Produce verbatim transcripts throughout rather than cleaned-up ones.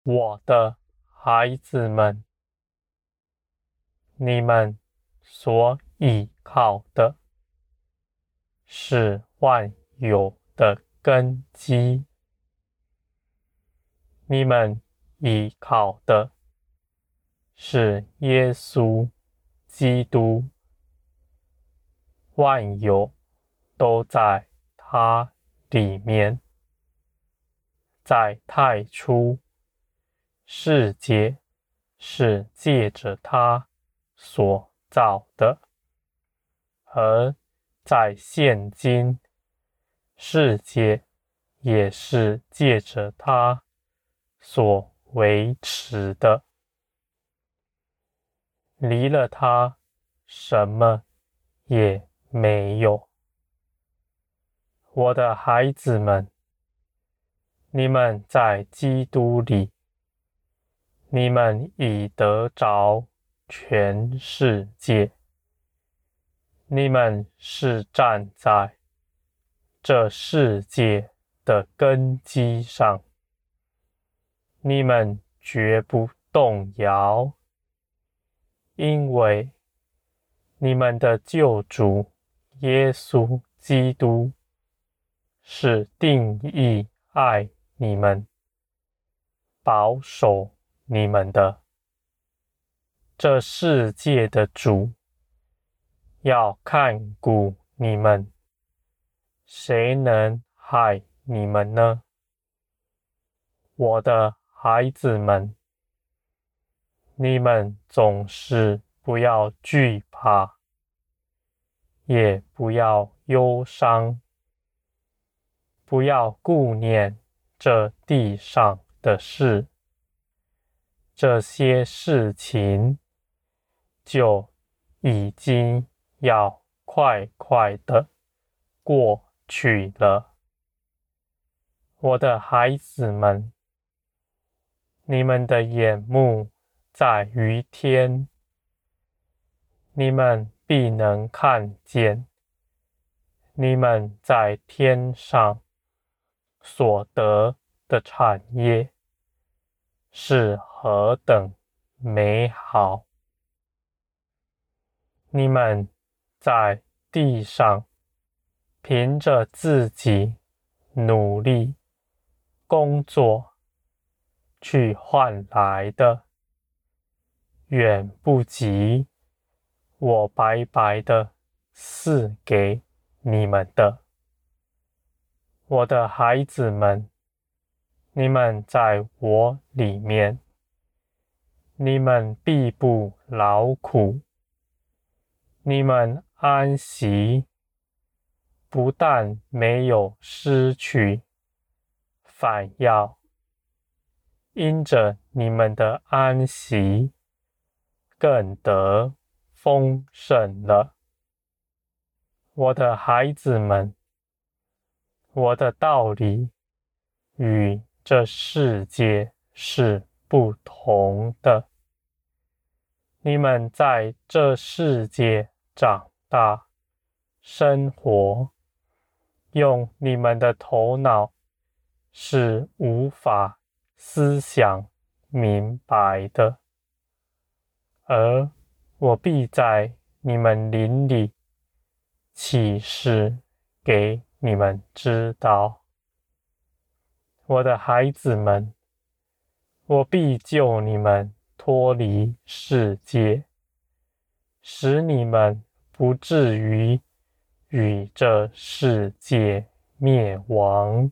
我的孩子们，你们所倚靠的是万有的根基，你们倚靠的是耶稣基督，万有都在他里面。在太初，世界是借着他所造的，而在现今，世界也是借着他所维持的。离了他，什么也没有。我的孩子们，你们在基督里，你们已得着全世界。你们是站在这世界的根基上，你们绝不动摇，因为你们的救主耶稣基督是定义爱你们、保守你们的。这世界的主要看顾你们，谁能害你们呢？我的孩子们，你们总是不要惧怕，也不要忧伤，不要顾念这地上的事，这些事情就已经要快快的过去了。我的孩子们，你们的眼目在于天，你们必能看见你们在天上所得的产业是何等美好。你们在地上凭着自己努力工作去换来的，远不及我白白的赐给你们的。我的孩子们，你们在我里面，你们必不劳苦，你们安息，不但没有失去，反要因着你们的安息，更得丰盛了。我的孩子们，我的道理与这世界是不同的。你们在这世界长大、生活，用你们的头脑是无法思想明白的，而我必在你们灵里启示给你们知道。我的孩子们，我必救你们脱离世界，使你们不至于与这世界灭亡。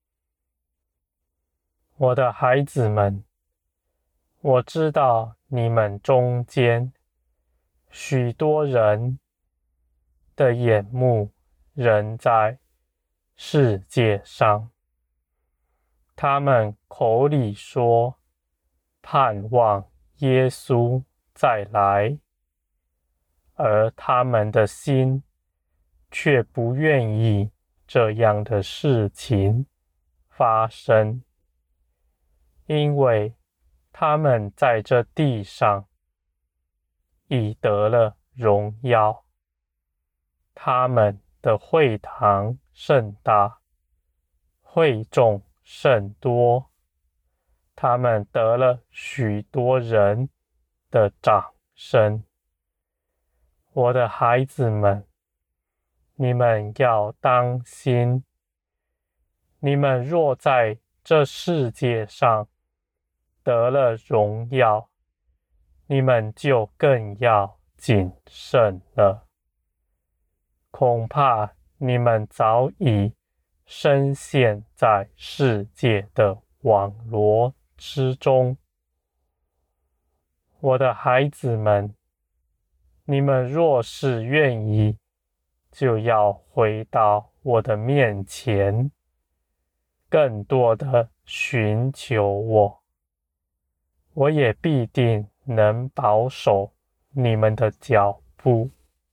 我的孩子们，我知道你们中间许多人的眼目仍在世界上，他们口里说盼望耶稣再来，而他们的心却不愿意这样的事情发生，因为他们在这地上已得了荣耀，他们的会堂甚大，会众甚多， 他们得了许多人的掌声。我的孩子们，你们要当心，你们若在这世界上得了荣耀，你们就更要谨慎了。恐怕你们早已深陷在世界的网罗之中。我的孩子们，你们若是愿意，就要回到我的面前，更多的寻求我，我也必定能保守你们的脚步。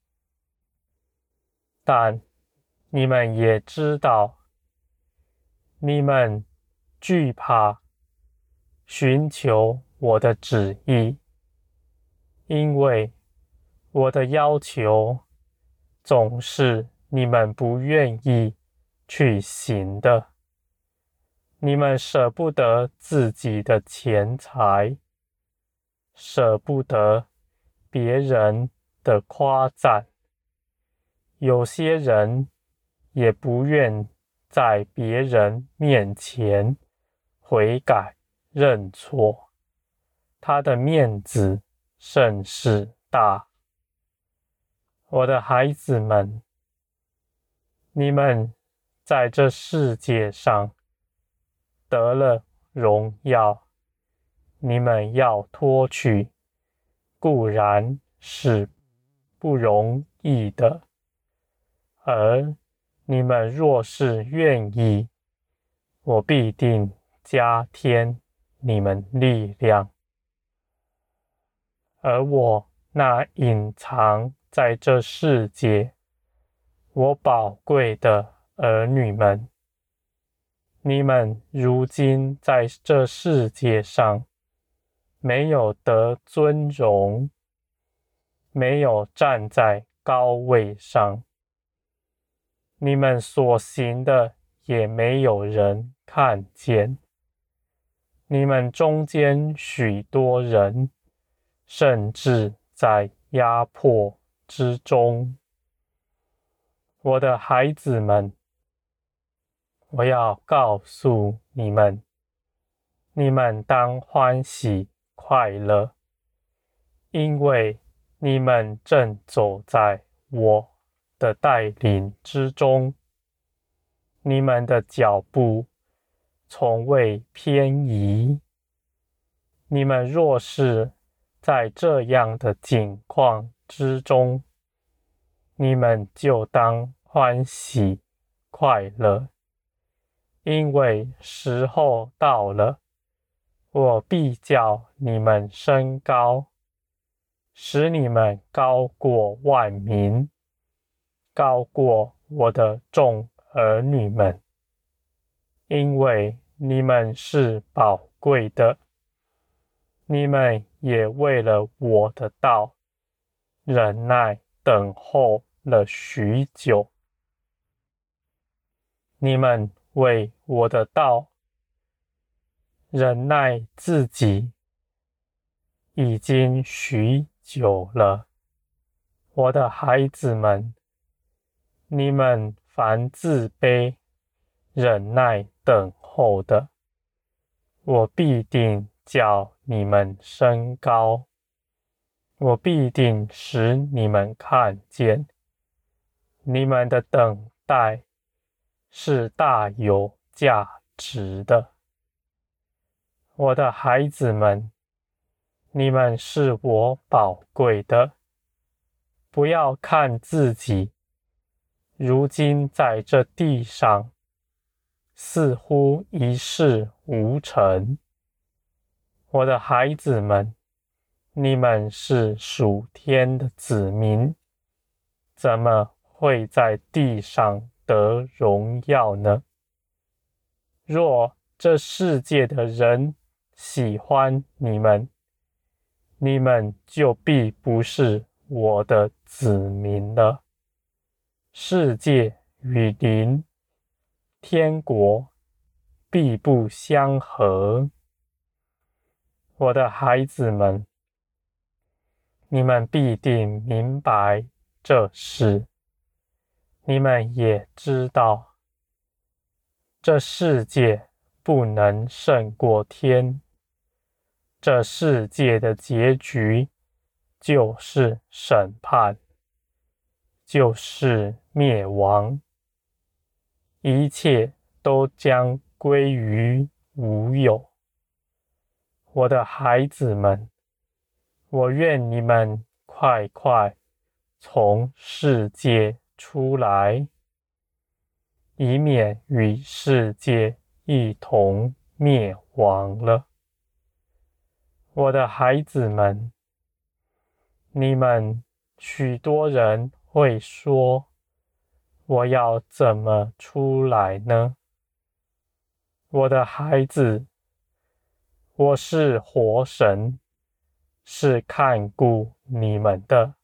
但你们也知道，你们惧怕寻求我的旨意，因为我的要求总是你们不愿意去行的。你们舍不得自己的钱财，舍不得别人的夸赞，有些人也不愿在别人面前悔改认错，他的面子甚是大。我的孩子们，你们在这世界上得了荣耀，你们要脱去，固然是不容易的，而你们若是愿意，我必定加添你们力量。而我那隐藏在这世界我宝贵的儿女们，你们如今在这世界上没有得尊荣，没有站在高位上，你们所行的也没有人看见。你们中间许多人甚至在压迫之中。我的孩子们，我要告诉你们，你们当欢喜快乐，因为你们正走在我的带领之中，你们的脚步从未偏移。你们若是在这样的境况之中，你们就当欢喜快乐，因为时候到了，我必叫你们升高，使你们高过万民，高过我的众儿女们，因为你们是宝贵的，你们也为了我的道忍耐等候了许久。你们为我的道忍耐自己已经许久了。我的孩子们，你们凡自卑忍耐等候的，我必定叫你们升高，我必定使你们看见，你们的等待是大有价值的。我的孩子们，你们是我宝贵的，不要看自己如今在这地上似乎一事无成。我的孩子们，你们是属天的子民，怎么会在地上得荣耀呢？若这世界的人喜欢你们，你们就必不是我的子民了。世界与灵，天国必不相合。 我的孩子们，你们必定明白这事，你们也知道，这世界不能胜过天，这世界的结局就是审判，就是灭亡，一切都将归于无有。我的孩子们，我愿你们快快从世界出来，以免与世界一同灭亡了。我的孩子们，你们许多人会说，我要怎么出来呢？我的孩子，我是活神，是看顾你们的，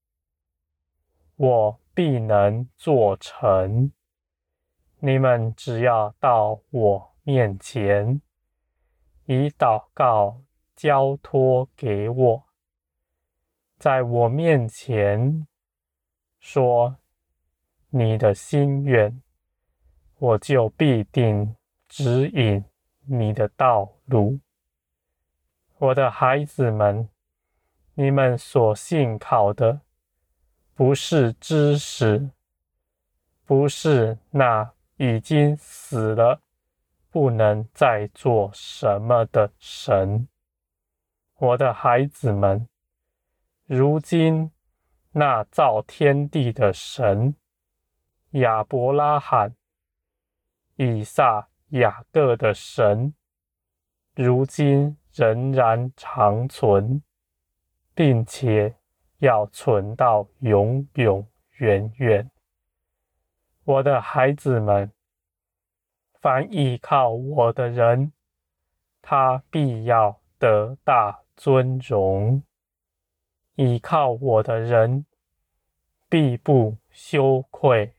我必能做成。你们只要到我面前，以祷告交托给我，在我面前说你的心愿，我就必定指引你的道路。我的孩子们，你们所信靠的不是知识，不是那已经死了不能再做什么的神。我的孩子们，如今那造天地的神，亚伯拉罕、以撒、雅各的神，如今仍然长存，并且要存到永永远远。我的孩子们，凡依靠我的人，他必要得大尊荣；依靠我的人，必不羞愧。